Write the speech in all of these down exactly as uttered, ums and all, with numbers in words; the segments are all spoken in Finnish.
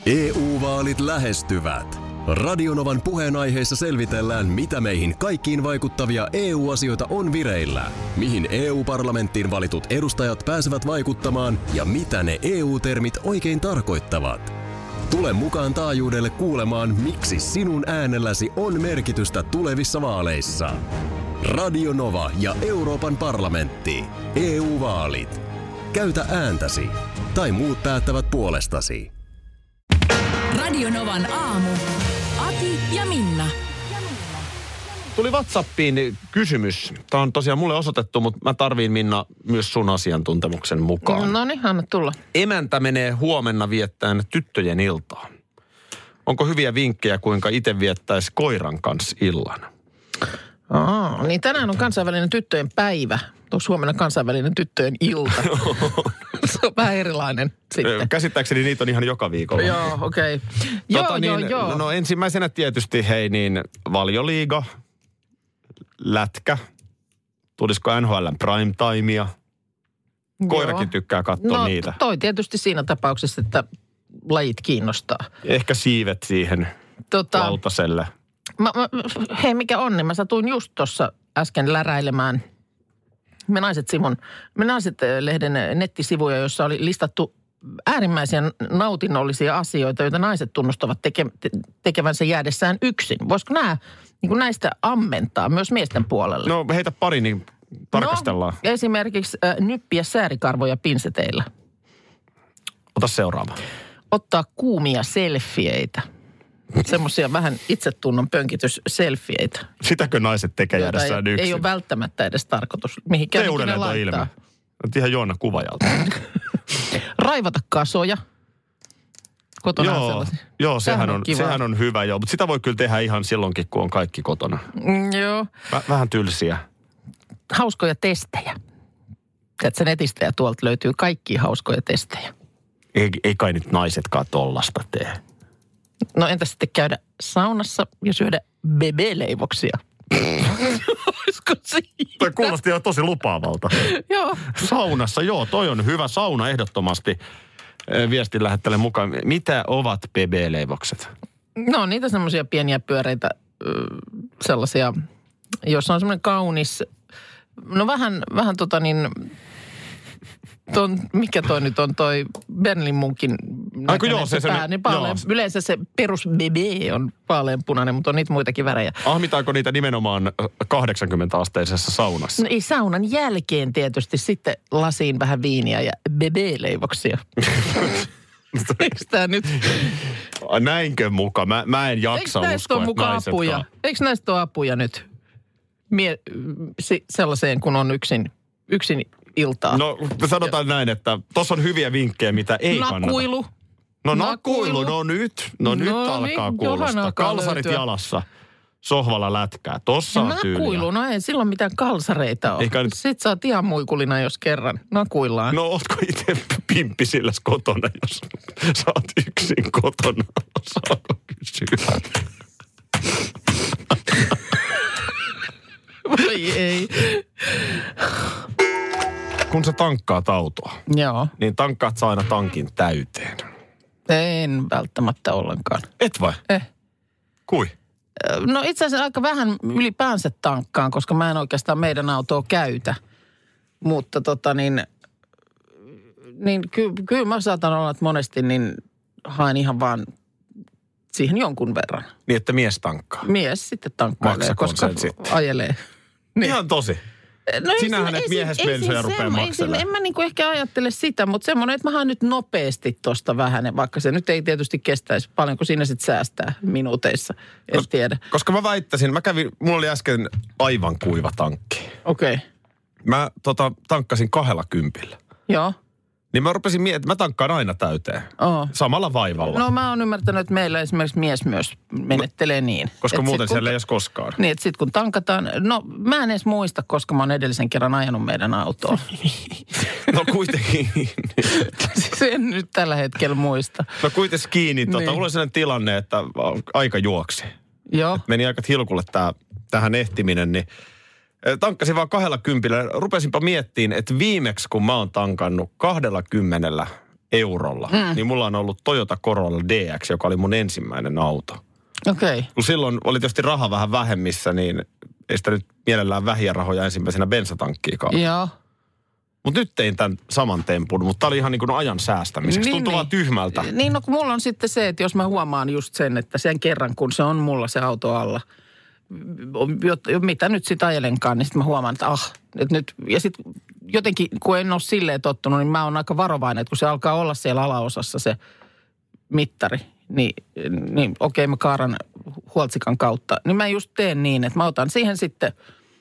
E U-vaalit lähestyvät. Radionovan puheenaiheessa selvitellään, mitä meihin kaikkiin vaikuttavia E U-asioita on vireillä, mihin E U-parlamenttiin valitut edustajat pääsevät vaikuttamaan ja mitä ne E U-termit oikein tarkoittavat. Tule mukaan taajuudelle kuulemaan, miksi sinun äänelläsi on merkitystä tulevissa vaaleissa. Radio Nova ja Euroopan parlamentti. E U-vaalit. Käytä ääntäsi. Tai muut päättävät puolestasi. Radio Novan aamu. Ati ja Minna. Tuli WhatsAppiin kysymys. Tämä on tosiaan mulle osoitettu, mutta mä tarviin, Minna, myös sun asiantuntemuksen mukaan. No niin, anna tulla. Emäntä menee huomenna viettämään tyttöjen iltaa. Onko hyviä vinkkejä, kuinka itse viettäisi koiran kanssa illan? Aa, niin tänään on kansainvälinen tyttöjen päivä. Tuossa huomenna kansainvälinen tyttöjen ilta. Se on vähän erilainen sitten. Käsittääkseni niitä on ihan joka viikolla. Joo, okei. Okay. Joo, tota, joo, niin, joo. No ensimmäisenä tietysti, hei niin, Valioliiga, lätkä, tulisiko N H L:n prime-timea? Koirakin tykkää katsoa no, niitä. Toi tietysti siinä tapauksessa, että lajit kiinnostaa. Ehkä siivet siihen tota, lautaselle. Mä, mä, hei, mikä on, niin mä satuin just tuossa äsken läräilemään Me naiset Simon, Me naiset-lehden nettisivuja, jossa oli listattu äärimmäisiä nautinnollisia asioita, joita naiset tunnustavat teke, te, tekevänsä jäädessään yksin. Voisiko nämä niin näistä ammentaa myös miesten puolelle? No heitä pari, niin tarkastellaan. No, esimerkiksi äh, nyppiä säärikarvoja pinseteillä. Ota seuraava. Ottaa kuumia selfieitä. Semmoisia vähän itsetunnon pönkitysselfieitä. Sitäkö naiset tekee jäädessään yksin? Ei ole välttämättä edes tarkoitus mihinkään ikinä laittaa. Ilme. On ihan Joonna Kuvajalta. Raivata kasoja. Kotona joo, sellaisia. Joo, sehän on, on sehän on hyvä joo, mutta sitä voi kyllä tehdä ihan silloinkin, kun on kaikki kotona. Mm, joo. Väh, vähän tylsiä. Hauskoja testejä. Tiedätkö, netistä ja tuolta löytyy kaikkia hauskoja testejä. Ei, ei kai nyt naisetkaan tollasta tee. No entä sitten käydä saunassa ja syödä bebe-leivoksia? Olisiko siitä? Toi kuulosti jo tosi lupaavalta. Joo. Saunassa, joo, toi on hyvä sauna ehdottomasti. Viestin lähettelen mukaan. Mitä ovat bebe-leivokset? No niitä semmoisia pieniä pyöreitä, sellaisia, jossa on semmoinen kaunis, no vähän, vähän tota niin, ton, mikä toi nyt on toi Berlin munkin Aiku joo, se, se pää, se niin paalean, yleensä se perus bebe on vaaleanpunainen, mutta on niitä muitakin värejä. Ahmitaanko niitä nimenomaan kahdeksankymmentä-asteisessa saunassa? No ei saunan jälkeen tietysti sitten lasiin vähän viiniä ja bebe-leivoksia. Eikö tämä nyt? Näinkö muka? Mä, mä en jaksa Eikö uskoa, että naisetkaan. Apuja? Eikö näistä ole apuja nyt Mie- si- sellaiseen, kun on yksin, yksin iltaa? No sanotaan ja näin, että tuossa on hyviä vinkkejä, mitä ei nakuilu. kannata. No nakuilu, nakuilu. no nyt. No, no nyt alkaa niin, kuulostaa. Kalsarit löytyä. Jalassa, sohvalla lätkää. Tossa on tyyliä. Nakuilu, no ei silloin mitään kalsareita ole. Nyt... Sitten sä oot ihan muikulina, jos kerran nakuillaan. No ootko itse pimppi silläs kotona, jos sä oot yksin kotona? Saako kysyä? Voi ei. Kun sä tankkaat autoa, joo, niin tankkaat sä aina tankin täyteen. En välttämättä ollenkaan. Et vai? Eh. Kui? No itse asiassa aika vähän ylipäänsä tankkaan, koska mä en oikeastaan meidän autoa käytä. Mutta tota niin, niin ky, kyllä mä saatan olla, että monesti niin haen ihan vaan siihen jonkun verran. Niin, että mies tankkaa? Mies sitten tankkailee, koska ajelee. Niin. Ihan tosi. No sinähän et miehessä bensoja rupea makselemaan. En mä niinku ehkä ajattele sitä, mutta semmoinen, että mä haen nyt nopeasti tosta vähän, vaikka se nyt ei tietysti kestäisi paljon, kun siinä sitten säästää minuuteissa. En Kos, tiedä. Koska mä väittäisin, mä kävin, mulla oli äsken aivan kuiva tankki. Okei. Okay. Mä tota, tankkasin kahdella kympillä. Joo. Niin mä rupesin miettimään, että mä tankkaan aina täyteen. Oh. Samalla vaivalla. No mä oon ymmärtänyt, että meillä esimerkiksi mies myös menettelee niin. Koska et muuten sit, siellä ei edes koskaan. Niin, että sit kun tankataan, no mä en edes muista, koska mä oon edellisen kerran ajanut meidän autoa. No kuitenkin. Siis en nyt tällä hetkellä muista. No kuitenkin kiinni. Tota, niin. Mulla oli sellainen tilanne, että aika juoksi. Joo. Et meni aika hilkulle tää, tähän ehtiminen, niin tankkasin vaan kahdella kympillä. Rupesinpa miettiin, että viimeksi kun mä oon tankannut kahdella kymmenellä eurolla, mm. niin mulla on ollut Toyota Corolla D X, joka oli mun ensimmäinen auto. Okei. Okay. Kun silloin oli tietysti raha vähän vähemmissä, niin ei sitä nyt mielellään vähiä rahoja ensimmäisenä bensatankkiikaan. Joo. Mutta nyt tein tämän saman tempun, mutta tämä oli ihan niin kuin ajan säästämiseksi. Niin, Tuntuu niin. vaan tyhmältä. Niin, no kun mulla on sitten se, että jos mä huomaan just sen, että sen kerran, kun se on mulla se auto alla, mitä nyt sitten ajelenkaan, niin sitten mä huomaan, että ah, että nyt, ja sitten jotenkin, kun en ole silleen tottunut, niin mä oon aika varovainen, että kun se alkaa olla siellä alaosassa se mittari, niin, niin okei, mä kaaran huoltsikan kautta, niin mä just teen niin, että mä otan siihen sitten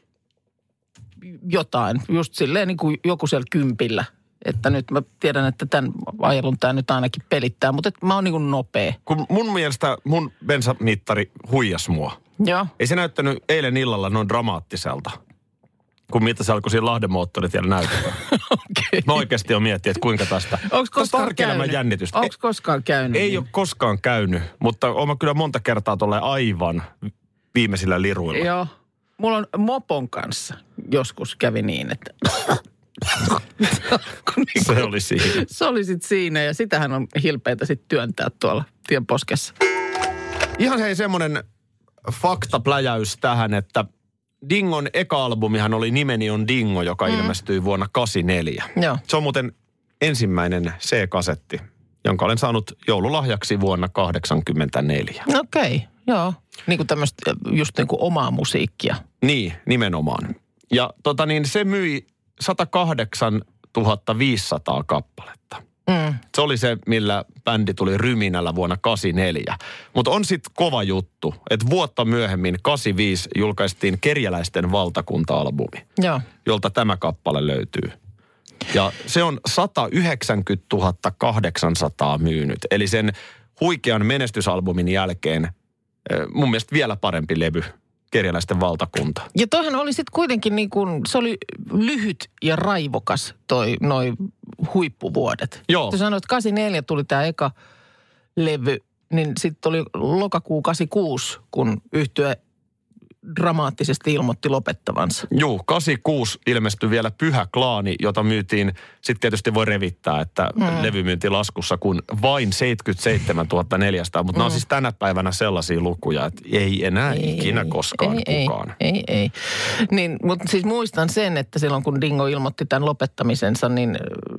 jotain, just silleen niin kuin joku siellä kympillä, että nyt mä tiedän, että tämän ajelun tämä nyt ainakin pelittää, mutta että mä oon niin kuin nopea. Kun mun mielestä mun bensamittari huijas mua. Joo. Ei se näyttänyt eilen illalla noin dramaattiselta, kun mitä se alkoi siinä Lahden moottoritiellä näyttää. Okay. Mä oikeasti oon miettinyt, että kuinka tästä. Onko koskaan tästä käynyt? jännitystä. Onko koskaan käynyt? Ei niin? ole koskaan käynyt, mutta oon mä kyllä monta kertaa tolleen aivan viimeisillä liruilla. Joo. Mulla on mopon kanssa joskus kävi niin, että se oli siinä. Se oli sitten siinä ja sitähän on hilpeätä sitten työntää tuolla tien poskessa. Ihan hei semmoinen faktapläjäys tähän, että Dingon eka-albumihan oli Nimeni on Dingo, joka mm. ilmestyi vuonna kahdeksankymmentäneljä. Joo. Se on muuten ensimmäinen C-kasetti, jonka olen saanut joululahjaksi vuonna kahdeksankymmentäneljä. Okei, okay, joo. Niin kuin tämmöistä just niin kuin omaa musiikkia. Niin, nimenomaan. Ja tota niin, se myi sata kahdeksan tuhatta viisisataa kappaletta. Mm. Se oli se, millä bändi tuli ryminällä vuonna kahdeksankymmentäneljä. Mutta on sitten kova juttu, että vuotta myöhemmin kahdeksankymmentäviisi julkaistiin Kerjäläisten valtakunta-albumi, Joo. jolta tämä kappale löytyy. Ja se on sata yhdeksänkymmentätuhatta kahdeksansataa myynyt. Eli sen huikean menestysalbumin jälkeen mun mielestä vielä parempi levy, Kerjäläisten valtakunta. Ja toihan oli sitten kuitenkin niin kuin, se oli lyhyt ja raivokas toi, noi huippuvuodet. Joo. Sä sanoit, että kahdeksankymmentäneljä tuli tämä eka levy, niin sitten oli lokakuu kahdeksankymmentäkuusi, kun yhtye dramaattisesti ilmoitti lopettavansa. Juu, kahdeksankymmentäkuusi ilmestyi vielä Pyhä Klaani, jota myytiin, sitten tietysti voi revittää, että mm. levy myyntiin laskussa kuin vain seitsemänkymmentäseitsemäntuhatta neljäsataa, mutta mm. nämä on siis tänä päivänä sellaisia lukuja, että ei enää ei, ikinä koskaan ei, kukaan. Ei, ei, ei. Niin, mutta siis muistan sen, että silloin kun Dingo ilmoitti tämän lopettamisensa, niin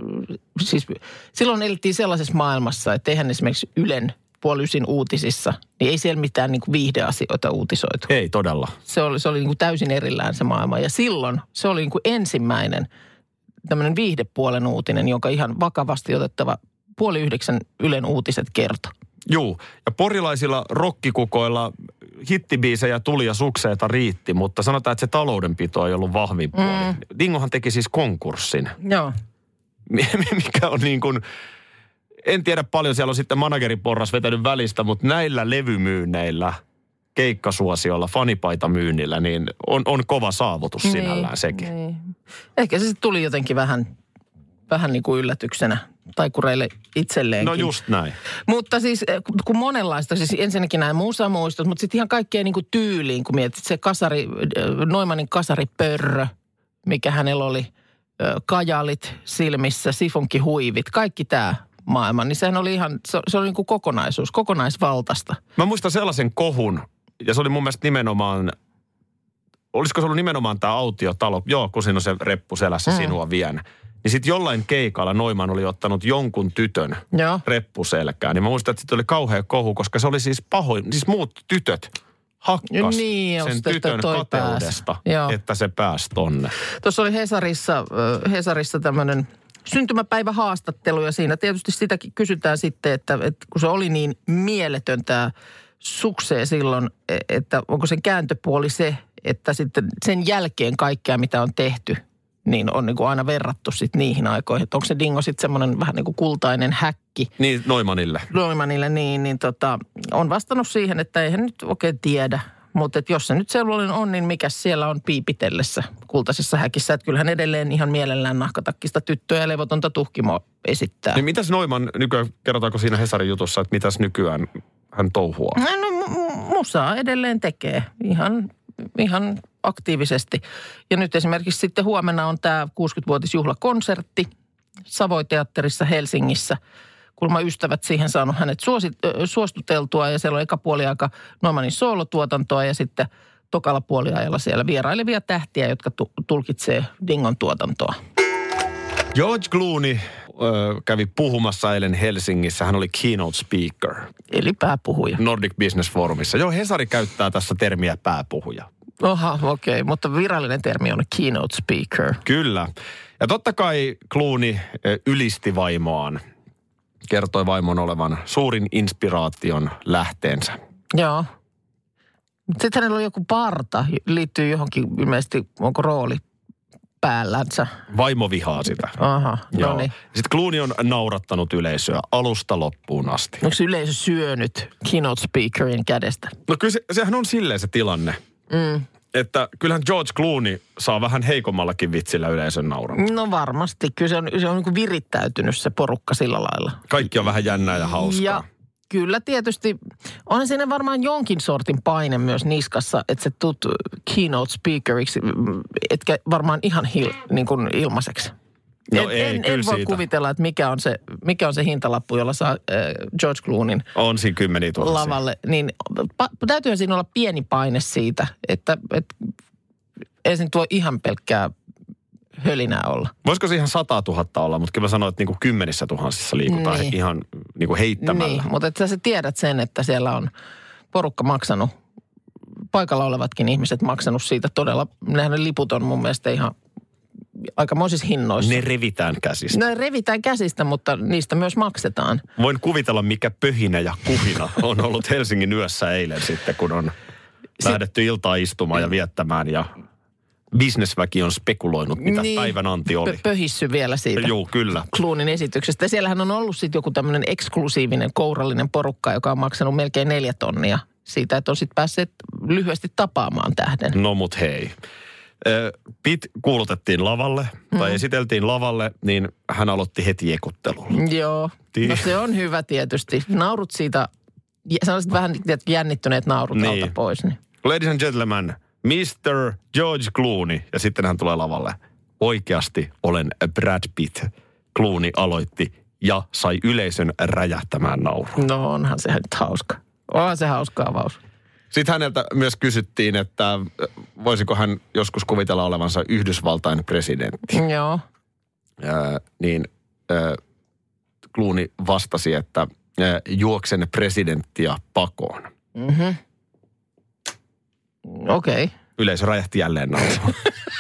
siis silloin elettiin sellaisessa maailmassa, että eihän esimerkiksi Ylen puoli ysin uutisissa, niin ei siellä mitään niin kuin viihdeasioita uutisoitu. Ei todella. Se oli, se oli niin kuin täysin erillään se maailma. Ja silloin se oli niin kuin ensimmäinen tämmöinen viihdepuolen uutinen, jonka ihan vakavasti otettava puoli yhdeksän Ylen uutiset kertoi. Juu, ja porilaisilla rokkikukoilla hittibiisejä tuli ja sukseita riitti, mutta sanotaan, että se taloudenpito ei ollut vahvin puoli. Mm. Dingohan teki siis konkurssin. Joo. Mikä on niin kuin... En tiedä paljon, siellä on sitten manageriporras vetänyt välistä, mutta näillä levymyynneillä, keikkasuosiolla, fanipaitamyynnillä, niin on, on kova saavutus niin, sinällään sekin. Niin. Ehkä se tuli jotenkin vähän, vähän niin kuin yllätyksenä taikureille itselleenkin. No just näin. Mutta siis kun monenlaista, siis ensinnäkin nämä musamuistot, mutta sitten ihan kaikkea niin kuin tyyliin, kun mietit se kasari, Noimanin kasaripörrö, mikä hänellä oli, kajalit silmissä, sifonkihuivit, kaikki tämä maailman, niin sehän oli ihan, se, se oli niin kuin kokonaisuus, kokonaisvaltaista. Mä muistan sellaisen kohun, ja se oli mun mielestä nimenomaan, olisiko se ollut nimenomaan tämä autiotalo, joo, kun siinä on se reppu selässä mm. sinua vien. Niin sitten jollain keikalla Noiman oli ottanut jonkun tytön joo. reppuselkään. Niin mä muistan, että sitten oli kauhea kohu, koska se oli siis pahoin, siis muut tytöt hakkas niin, sen tytön kateudesta, että se pääsi tonne. Tuossa oli Hesarissa, Hesarissa tämmöinen syntymäpäivähaastattelu ja siinä tietysti sitäkin kysytään sitten, että, että kun se oli niin mieletön tämä suksee silloin, että onko sen kääntöpuoli se, että sitten sen jälkeen kaikkea mitä on tehty, niin on niin kuin aina verrattu sitten niihin aikoihin. Että onko se Dingo sitten semmoinen vähän niin kuin kultainen häkki. Niin, Noimanille. Noimanille, niin, niin tota, on vastannut siihen, että eihän nyt oikein tiedä. Mutta jos se nyt sellainen on, niin mikä siellä on piipitellessä kultaisessa häkissä. Että kyllähän edelleen ihan mielellään nahkatakkista tyttöä ja levotonta tuhkimoa esittää. Niin mitäs Noiman nykyään, kerrotaanko siinä Hesarin jutussa, että mitäs nykyään hän touhuaa? No musaa edelleen tekee ihan, ihan aktiivisesti. Ja nyt esimerkiksi sitten huomenna on tämä kuusikymmentävuotisjuhlakonsertti Savoy-teatterissa Helsingissä. Kulma ystävät siihen saanut hänet suosi, suostuteltua ja siellä on eka puoliaika Neumannin soolotuotantoa ja sitten tokalla puoliajalla siellä vierailevia tähtiä, jotka tu- tulkitsee Dingon tuotantoa. George Clooney ö, kävi puhumassa eilen Helsingissä. Hän oli keynote speaker. Eli pääpuhuja. Nordic Business Forumissa. Joo, Hesari käyttää tässä termiä pääpuhuja. Oha, okei, okay, mutta virallinen termi on keynote speaker. Kyllä. Ja totta kai Clooney ylisti vaimoaan. Kertoi vaimon olevan suurin inspiraation lähteensä. Joo. Sitten hänellä oli joku parta, liittyy johonkin ilmeisesti, onko rooli päällänsä. Vaimo vihaa sitä. Aha, no niin. Sitten Clooney on naurattanut yleisöä alusta loppuun asti. Onko yleisö syönyt keynote speakerin kädestä? No kyllä se, sehän on silleen se tilanne. Mm. Että kyllähän George Clooney saa vähän heikommallakin vitsillä yleisön nauran. No varmasti. Kyllä se on, se on niin kuin virittäytynyt se porukka sillä lailla. Kaikki on vähän jännää ja hauskaa. Ja kyllä tietysti, onhan siinä varmaan jonkin sortin paine myös niskassa, että se tuut keynote speakeriksi, etkä varmaan ihan hil, niin kuin ilmaiseksi. No en, ei, en, kyllä en voi siitä. kuvitella, että mikä on se, mikä on se hintalappu, jolla saa äh, George Clooneyn On siinä kymmeniä tuhansia. lavalle. Niin pa, täytyyhän siinä olla pieni paine siitä, että et, ei se nyt voi ihan pelkkää hölinää olla. Voisiko se ihan sata tuhatta olla, mutta kyllä mä sanoin, että niinku kymmenissä tuhansissa liikutaan Niin. ihan niinku heittämällä. Niin, mutta että sä tiedät sen, että siellä on porukka maksanut, paikalla olevatkin ihmiset maksanut siitä todella, nehän liput on mun mielestä ihan aikamoisissa hinnoissa. Ne revitään käsistä. Ne revitään käsistä, mutta niistä myös maksetaan. Voin kuvitella, mikä pöhinä ja kuhina on ollut Helsingin yössä eilen sitten, kun on Si- lähdetty iltaa istumaan ja viettämään ja bisnesväki on spekuloinut, mitä Niin, päivän anti oli. Pö- pöhissy vielä siitä. Joo, kyllä. Clooneyn esityksestä. Siellähän on ollut sitten joku tämmöinen eksklusiivinen kourallinen porukka, joka on maksanut melkein neljä tonnia siitä, että on sitten päässeet lyhyesti tapaamaan tähden. No mut hei. Pit kuulutettiin lavalle, tai mm. esiteltiin lavalle, niin hän aloitti heti ekuttelun. Joo, Tii- no se on hyvä tietysti. Naurut siitä, sellaiset vähän jännittyneet naurut Niin. alta pois. Niin. Ladies and gentlemen, mister George Clooney. Ja sitten hän tulee lavalle. Oikeasti olen Brad Pitt. Clooney aloitti ja sai yleisön räjähtämään naurua. No onhan se nyt hauska. Onhan se hauska avaus. Sitten häneltä myös kysyttiin, että voisiko hän joskus kuvitella olevansa Yhdysvaltain presidentti. Joo. Ää, niin ää, Clooney vastasi, että ää, juoksen presidenttiä pakoon. Mhm. Okei. Okay. Yleisö räjähti jälleen naurua.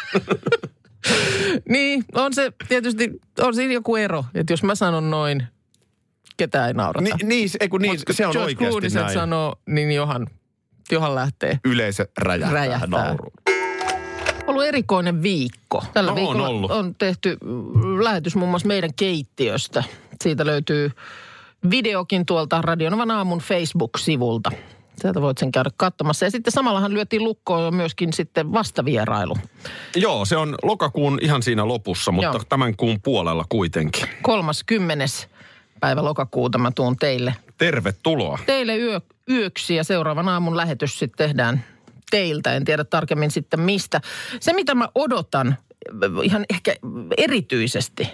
Niin, on se tietysti, on siinä joku ero, että jos mä sanon noin, ketään ei naurata. Ni, niin, ei kun niin, Mut se on George oikeasti Clooney sen näin. sanoo, niin johan, johan lähtee. Yleisö räjähtää, Räjähtää. nauruun. Ollut erikoinen viikko. Tällä No, on viikolla ollut. on tehty lähetys muun muassa meidän keittiöstä. Siitä löytyy videokin tuolta Radionovan aamun Facebook-sivulta. Sieltä voit sen käydä katsomassa. Ja sitten samallahan lyötiin lukkoon jo myöskin sitten vastavierailu. Joo, se on lokakuun ihan siinä lopussa, mutta Joo. tämän kuun puolella kuitenkin. kolmaskymmenes päivä lokakuuta mä tuon teille, Tervetuloa. teille yö, yöksi ja seuraavan aamun lähetys sitten tehdään teiltä. En tiedä tarkemmin sitten mistä. Se mitä mä odotan ihan ehkä erityisesti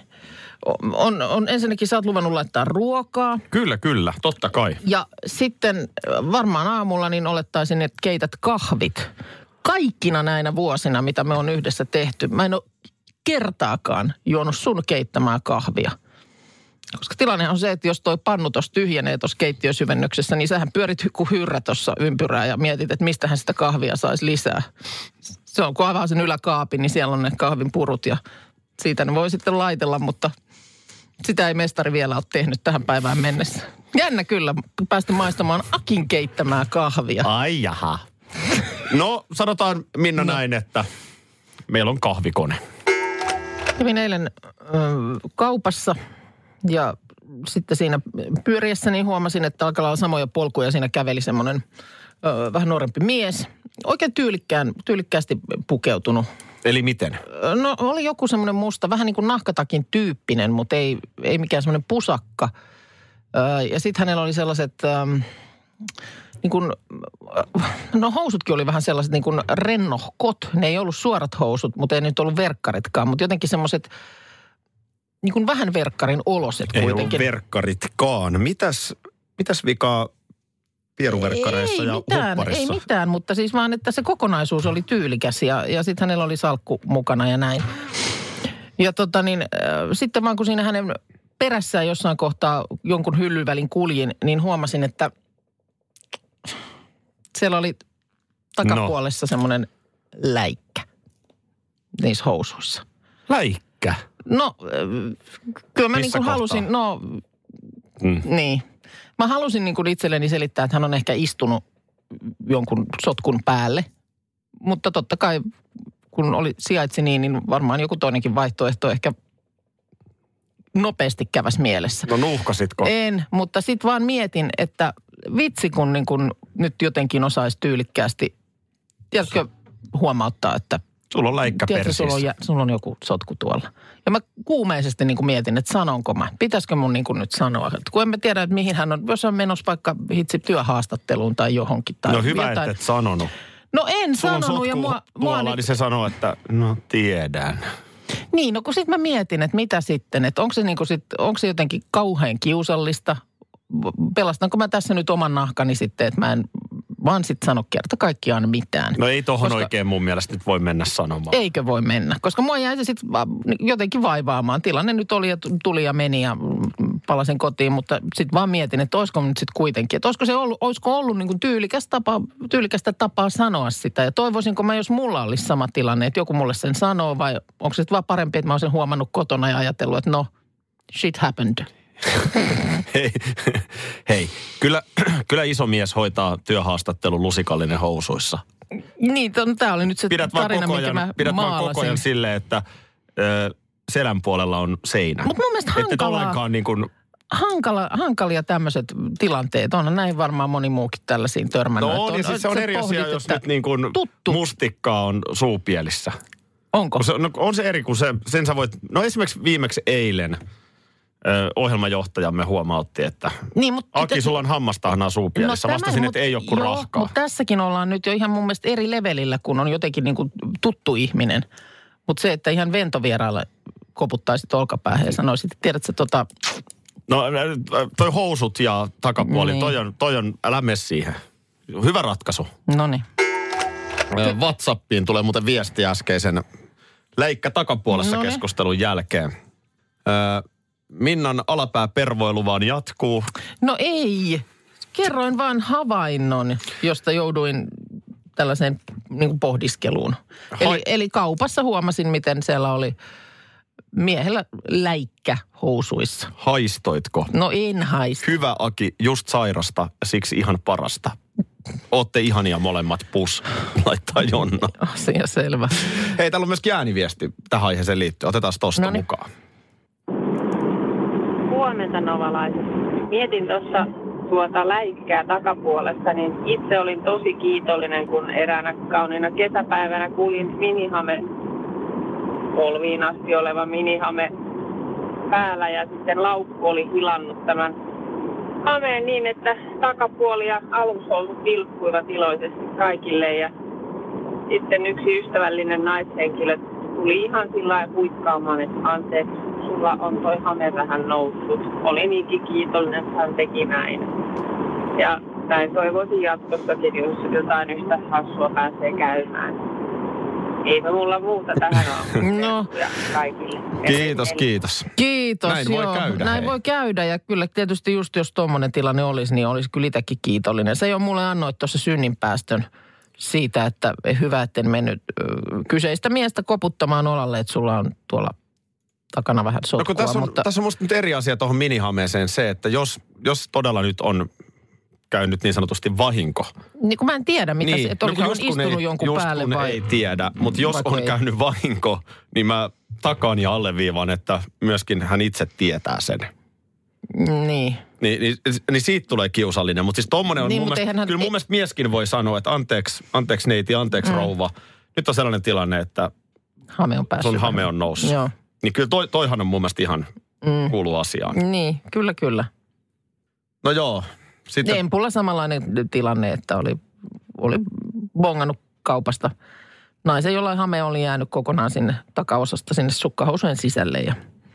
on, on ensinnäkin sä oot luvannut laittaa ruokaa. Kyllä, kyllä, totta kai. Ja sitten varmaan aamulla niin olettaisin, että keität kahvit. Kaikkina näinä vuosina, mitä me on yhdessä tehty. Mä en ole kertaakaan juonut sun keittämää kahvia. Koska tilanne on se, että jos toi pannu tuossa tyhjenee tuossa keittiösyvennyksessä, niin sähän pyörit kuin hyrrä tuossa ympyrää ja mietit, että mistähän sitä kahvia saisi lisää. Se on, kun avaa sen yläkaapin, niin siellä on ne kahvin purut ja siitä ne voi sitten laitella, mutta sitä ei mestari vielä ole tehnyt tähän päivään mennessä. Jännä kyllä, päästä maistamaan Akin keittämää kahvia. Ai jaha. No, sanotaan Minna no. näin, että meillä on kahvikone. Kävin eilen ö, kaupassa ja sitten siinä pyöriessäni huomasin, että alkaa olla samoja polkuja. Siinä käveli semmoinen ö, vähän nuorempi mies. Oikein tyylikkään, tyylikkäästi pukeutunut. Eli miten? No oli joku semmoinen musta, vähän niin kuin nahkatakin tyyppinen, mutta ei, ei mikään semmoinen pusakka. Ö, ja sitten hänellä oli sellaiset, ähm, niin kuin, no housutkin oli vähän sellaiset niin kuin rennohkot. Ne ei ollut suorat housut, mutta ei nyt ollut verkkaritkaan, mutta jotenkin semmoiset niin kuin vähän verkkarin oloset Ei kuitenkin. ole verkkaritkaan. Mitäs, mitäs vikaa pieruverkkareissa ei ja mitään, hopparissa? Ei mitään, mutta siis vaan, että se kokonaisuus oli tyylikäs ja, ja sitten hänellä oli salkku mukana ja näin. Ja tota niin, äh, sitten vaan kun siinä hänen perässään jossain kohtaa jonkun hyllyn välin kuljin, niin huomasin, että siellä oli takapuolessa no. semmoinen läikkä niissä housuissa. Läikkä? No, äh, kyllä mä niin kuin halusin, no mm. niin. Mä halusin niin kuin itselleni selittää, että hän on ehkä istunut jonkun sotkun päälle, mutta totta kai kun oli, sijaitsi niin, niin varmaan joku toinenkin vaihtoehto ehkä nopeasti käväs mielessä. No nuuhkasitko? En, mutta sitten vaan mietin, että vitsi kun, niin kun nyt jotenkin osaisi tyylikkäästi, tiedätkö, huomauttaa, että sulla on läikkä tiedätkö, sulla on, sulla on joku sotku tuolla. Ja mä kuumeisesti niin kuin mietin, että sanonko mä, pitäisikö mun niin kuin nyt sanoa, että kun en mä tiedä, että mihin hän on, jos on menossa vaikka hitsi työhaastatteluun tai johonkin. Tai no hyvä, jotain. että et sanonut. No en sulla sanonut. on ja mua, tuolla, mua niin se sanoo, että no tiedän. Niin, no kun sit mä mietin, että mitä sitten, että onko se, niinku sit, onko se jotenkin kauhean kiusallista, pelastanko mä tässä nyt oman nahkani sitten, että mä en vaan sitten sano kerta kaikkiaan mitään. No ei tohon koska, oikein mun mielestä nyt voi mennä sanomaan. Eikö voi mennä, koska mua jäi se sitten jotenkin vaivaamaan. Tilanne nyt oli ja tuli ja meni ja palasin kotiin, mutta sitten vaan mietin, että olisiko nyt sitten kuitenkin, että olisiko se ollut, olisiko ollut niin kuin tyylikäs tapa, tyylikästä tapaa sanoa sitä. Ja toivoisinko mä, jos mulla olisi sama tilanne, että joku mulle sen sanoo vai onko se vaan parempi, että mä olisin huomannut kotona ja ajatellut, että no, shit happened. Hei, hei. Kyllä, kyllä iso mies hoitaa työhaastattelun lusikallinen housuissa. Niin, tämä oli nyt se pidät tarina, koko minkä ajan, mä pidät maalasin. vaan koko ajan silleen, että ö, selän puolella on seinä. Mutta mun mielestä Että hankalaa, niin kuin hankala, hankalia tämmöiset tilanteet. On näin varmaan moni muukin tällaisiin törmännyt. No on, on, ja siis se on eri pohdit, asia, jos että nyt niin kuin tuttu. mustikkaa on suupielissä. Onko? Se, no, on se eri, kun se, sen sä voit, no esimerkiksi viimeksi eilen ö, ohjelmajohtajamme huomautti, että niin, mutta Aki, sulla on hammastahnaa suupielissä. No, Vastasin, että ei ole kuin joo, rahkaa. Mutta tässäkin ollaan nyt jo ihan mun mielestä eri levelillä, kun on jotenkin niin kuin tuttu ihminen. Mutta se, että ihan ventovieraille koputtaisit olkapäähän ja sanoisit, että tiedätkö tota... No toi housut ja takapuoli, niin. toi, on, toi on, älä mene siihen. Hyvä ratkaisu. Noniin. WhatsAppiin tulee muuten viesti äskeisen läikkä takapuolessa Noniin. keskustelun jälkeen. Minnan alapääpervoilu vaan jatkuu. No ei. Kerroin vaan havainnon, josta jouduin tällaiseen niin kuin pohdiskeluun. Hai- Eli, eli kaupassa huomasin, miten siellä oli miehellä läikkä housuissa. Haistoitko? No en haista. Hyvä Aki, just sairasta ja siksi ihan parasta. Ootte ihania molemmat, pus, laittaa Jonna. Asia selvä. Hei, täällä on myöskin ääniviesti tähän aiheeseen liittyen. Otetaan tosta Noniin. mukaan. Huomenta novalaiset. Mietin tuossa tuota läikkää takapuolesta, niin itse olin tosi kiitollinen, kun eräänä kauniina kesäpäivänä kuljin minihame, polviin asti oleva minihame päällä ja sitten laukku oli hilannut tämän hameen niin, että takapuoli ja alushousut vilkkuivat iloisesti kaikille ja sitten yksi ystävällinen naishenkilö tuli ihan sillä lailla huikkaamaan, että anteeksi, sulla on toi hame vähän noussut. Olin niinkin kiitollinen, että hän teki näin. Ja näin toivoisin jatkossakin, jos jotain yhtä hassua pääsee käymään. Eipä mulla muuta tähän aamuun. No. Kaikille. Kiitos, kiitos. Kiitos. Näin voi joo. käydä, Näin hei. voi käydä ja kyllä tietysti just jos tuommoinen tilanne olisi, niin olisi kyllä itsekin kiitollinen. Se jo mulle annoit tuossa synninpäästön siitä, että hyvä, etten mennyt ö, kyseistä miestä koputtamaan olalle, että sulla on tuolla takana vähän sotkua. No kun tässä on, mutta... tässä on musta nyt eri asia tuohon minihameeseen se, että jos, jos todella nyt on käynyt niin sanotusti vahinko. Niin kun mä en tiedä, mitä niin. se, että oliko no, on istunut ei, jonkun just päälle kun vai... ei tiedä, mutta jos Vaikka on ei. käynyt vahinko, niin mä takaan ja alleviivaan, että myöskin hän itse tietää sen. Niin. Niin, niin, niin siitä tulee kiusallinen, mutta siis tommonen on Niin, mun mutta mielestä, eihän hän- kyllä mun mielestä mieskin voi sanoa, että anteeksi, anteeksi neiti, anteeksi mm. rouva. Nyt on sellainen tilanne, että Hame on päässyt. sun hame on noussut. Joo. Niin kyllä toi, toihan on mun mielestä ihan Mm. kuuluu asiaan. Niin, kyllä, kyllä. No joo. Sitten, Empulla samanlainen tilanne, että oli, oli bongannut kaupasta naisen, jollain hame oli jäänyt kokonaan sinne takaosasta sinne sukkahousujen sisälle. Ja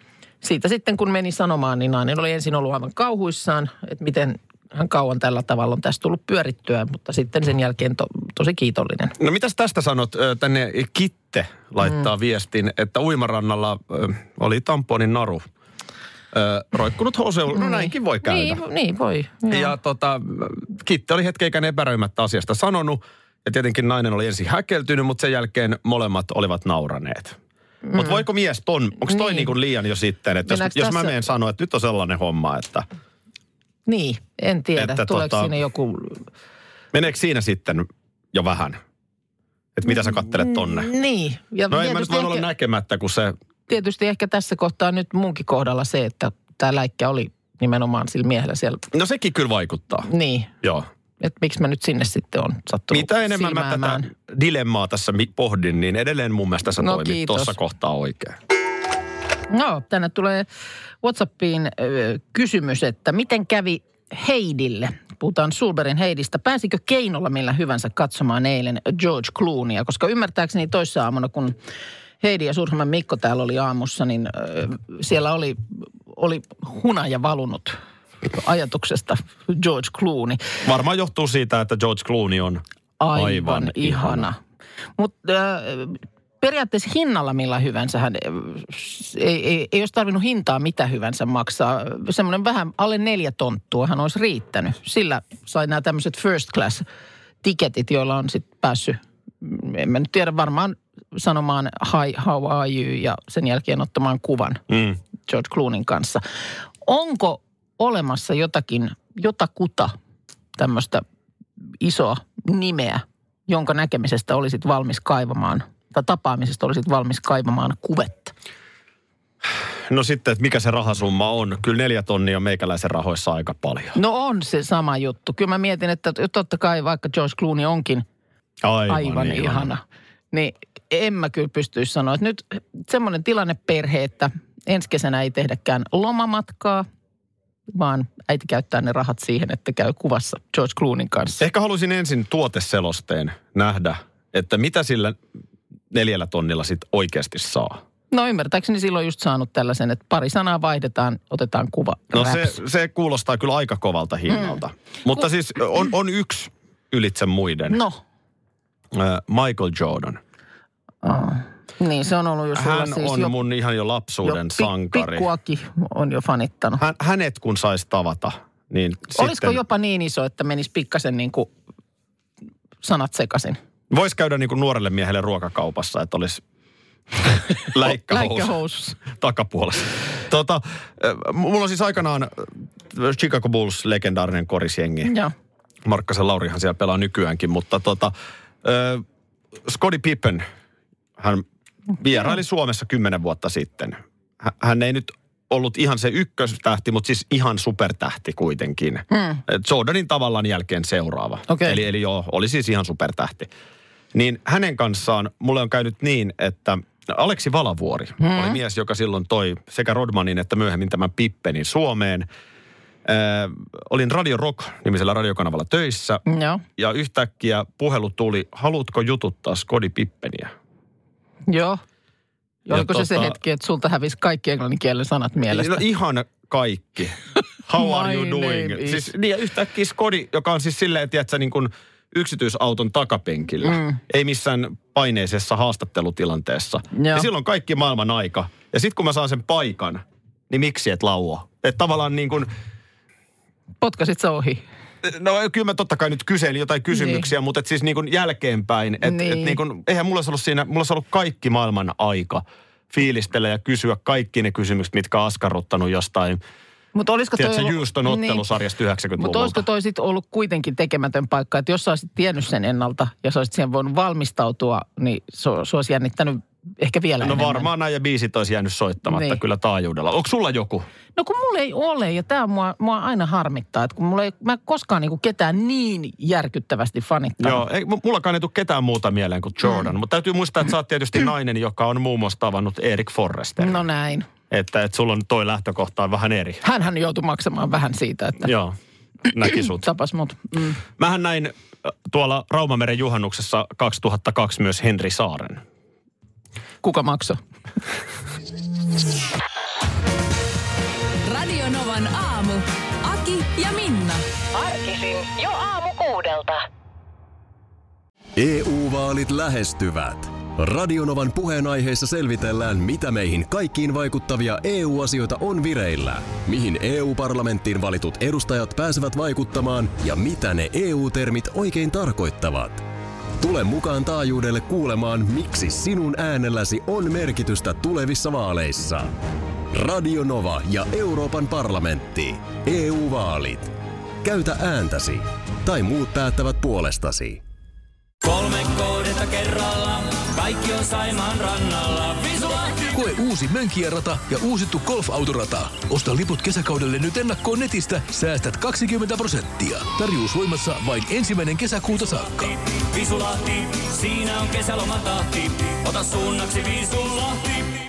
siitä sitten kun meni sanomaan, niin nainen oli ensin ollut aivan kauhuissaan, että miten hän kauan tällä tavalla on tästä tullut pyörittyä, mutta sitten sen jälkeen to, tosi kiitollinen. No mitäs tästä sanot? Tänne Kitte laittaa mm. viestin, että uimarannalla oli tamponin naru. Roikkunut housuun. No näinkin voi käydä. Niin, niin voi. Joo. Ja tota, Kitte oli hetkeikään epäröimättä asiasta sanonut. Ja tietenkin nainen oli ensin häkeltynyt, mutta sen jälkeen molemmat olivat nauraneet. Mm. Mutta voiko mies ton, onko toi niin. niinku liian jo sitten, että jos, jos mä menen sanoa, että nyt on sellainen homma, että... Niin, en tiedä. Että tuleeko tota, siinä joku... Meneekö siinä sitten jo vähän? Että mitä sä kattelet tonne? Niin. Ja no ei mä nyt voi ehkä, olla näkemättä, kun se... Tietysti ehkä tässä kohtaa nyt munkin kohdalla se, että tämä läikkä oli nimenomaan sillä miehellä siellä. No sekin kyllä vaikuttaa. Niin. Joo. Että miksi mä nyt sinne sitten on sattunut mitä enemmän silmäämään. Mä tätä dilemmaa tässä pohdin, niin edelleen mun mielestä sä no, toimit tuossa kohtaa oikein. No, tänne tulee WhatsAppiin ö, kysymys, että miten kävi Heidille? Puhutaan Sulberin Heidistä. Pääsikö keinolla millä hyvänsä katsomaan eilen George Clooneya? Koska ymmärtääkseni toissa aamuna, kun Heidi ja Suurhamman Mikko täällä oli aamussa, niin ö, siellä oli, oli hunaja valunut ajatuksesta George Clooney. Varmaan johtuu siitä, että George Clooney on aivan, aivan ihana. ihana. Mutta äh, periaatteessa hinnalla millä hyvänsä hän ei, ei, ei olisi tarvinnut hintaa mitä hyvänsä maksaa. Semmoinen vähän alle neljä tonttua hän olisi riittänyt. Sillä sai nämä tämmöiset first class tiketit, joilla on sitten päässyt, en mä nyt tiedä, varmaan sanomaan hi, how are you ja sen jälkeen ottamaan kuvan mm. George Clooneyn kanssa. Onko olemassa jotakin, jotakuta tämmöistä isoa nimeä, jonka näkemisestä olisit valmis kaivamaan, tai tapaamisesta olisit valmis kaivamaan kuvetta? No sitten, että mikä se rahasumma on. Kyllä neljä tonnia on meikäläisen rahoissa aika paljon. No on se sama juttu. Kyllä mä mietin, että totta kai vaikka George Clooney onkin aivan, aivan ihana, ihana, niin en mä kyllä pystyisi sanoa, että nyt semmoinen tilanne perhe, että ensi kesänä ei tehdäkään lomamatkaa, vaan äiti käyttää ne rahat siihen, että käy kuvassa George Clooneyn kanssa. Ehkä haluaisin ensin tuoteselosteen nähdä, että mitä sillä neljällä tonnilla sitten oikeasti saa. No ymmärtääkseni silloin just saanut tällaisen, että pari sanaa vaihdetaan, otetaan kuva. No se, se kuulostaa kyllä aika kovalta hinnalta. Mm. Mutta Ku... siis on, on yksi ylitse muiden. No. Uh, Michael Jordan. Oh. Niin, se on ollut jo sulla Hän siis on jo, mun ihan jo lapsuuden jo sankari. Pikkuakin on jo fanittanut. Hän, hänet kun saisi tavata, niin Olisiko sitten... jopa niin iso, että menisi pikkasen niin kuin sanat sekaisin? Voisi käydä niin kuin nuorelle miehelle ruokakaupassa, että olisi läikkähousu takapuolessa. Tota, mulla on siis aikanaan Chicago Bulls legendaarinen korisjengi. Joo. Markkasen Laurihan siellä pelaa nykyäänkin, mutta tota, äh, Scottie Pippen, hän vieraili Suomessa kymmenen vuotta sitten. Hän ei nyt ollut ihan se ykköstähti, mutta siis ihan supertähti kuitenkin. Hmm. Jordanin tavallaan jälkeen seuraava. Okay. Eli, eli joo, oli siis ihan supertähti. Niin hänen kanssaan mulle on käynyt niin, että Aleksi Valavuori hmm. oli mies, joka silloin toi sekä Rodmanin että myöhemmin tämän Pippenin Suomeen. Äh, olin Radio Rock-nimisellä radiokanavalla töissä. Joo. Ja yhtäkkiä puhelu tuli, haluatko jututtaa Scottie Pippeniä? Joo. Ja oliko tota, se se hetki, että sulta hävisi kaikki englanninkielen sanat mielestä? No ihan kaikki. How are you doing? Siis, niin ja yhtäkkiä Scottie, joka on siis silleen, tiedätkö, niin kuin yksityisauton takapenkillä. Mm. Ei missään paineisessa haastattelutilanteessa. Joo. Ja silloin kaikki maailman aika. Ja sitten kun mä saan sen paikan, niin miksi et laua? Että tavallaan niin kuin... Potkasit sä ohi? No kyllä mä totta kai nyt kyselin jotain kysymyksiä, niin. mutta et siis niin kuin jälkeenpäin. Että niin. et niin kuin, eihän mulla olisi ollut siinä, mulla olisi ollut kaikki maailman aika fiilistellä ja kysyä kaikki ne kysymykset, mitkä on askarruttanut jostain... Mutta olisiko toi ollut... Houston ottelusarjasta niin. yhdeksänkymmentäluvulta. Mutta olisiko toi sitten ollut kuitenkin tekemätön paikka, että jos sä olisit tiennyt sen ennalta ja sä olisit siihen voinut valmistautua, niin se, se olisi jännittänyt ehkä vielä no enemmän. No varmaan nämä biisit olisi jäänyt soittamatta niin. kyllä taajuudella. Onko sulla joku? No kun mulla ei ole ja tämä mua, mua aina harmittaa, että kun mulla ei, mä koskaan niinku ketään niin järkyttävästi fanittanut. Joo, ei, mullakaan ei tule ketään muuta mieleen kuin Jordan, mm. mutta täytyy muistaa, että sä oot tietysti nainen, joka on muun muassa tavannut Erik Forrester. No näin. Että, että sulla on toi lähtökohta on vähän eri. Hänhän joutui maksamaan vähän siitä, että... Joo, näki sut. Tapas mut. Mm. Mähän näin tuolla Raumameren juhannuksessa kaksituhattakaksi myös Henri Saaren. Kuka maksoi? kuudelta. E U-vaalit lähestyvät. Radionovan puheenaiheessa selvitellään, mitä meihin kaikkiin vaikuttavia E U-asioita on vireillä, mihin E U-parlamenttiin valitut edustajat pääsevät vaikuttamaan ja mitä ne E U-termit oikein tarkoittavat. Tule mukaan taajuudelle kuulemaan, miksi sinun äänelläsi on merkitystä tulevissa vaaleissa. Radio Nova ja Euroopan parlamentti. E U-vaalit. Käytä ääntäsi. Tai muut päättävät puolestasi. Kolme kohdetta kerralla, kaikki on Saimaan rannalla. Visulahti! Koe uusi Mönkijärata ja uusittu golfautorata. Osta liput kesäkaudelle nyt ennakkoon netistä, säästät kaksikymmentä prosenttia. Tarjous voimassa vain ensimmäinen kesäkuuta saakka. Visulahti, siinä on kesälomatahti. Ota suunnaksi Visulahti.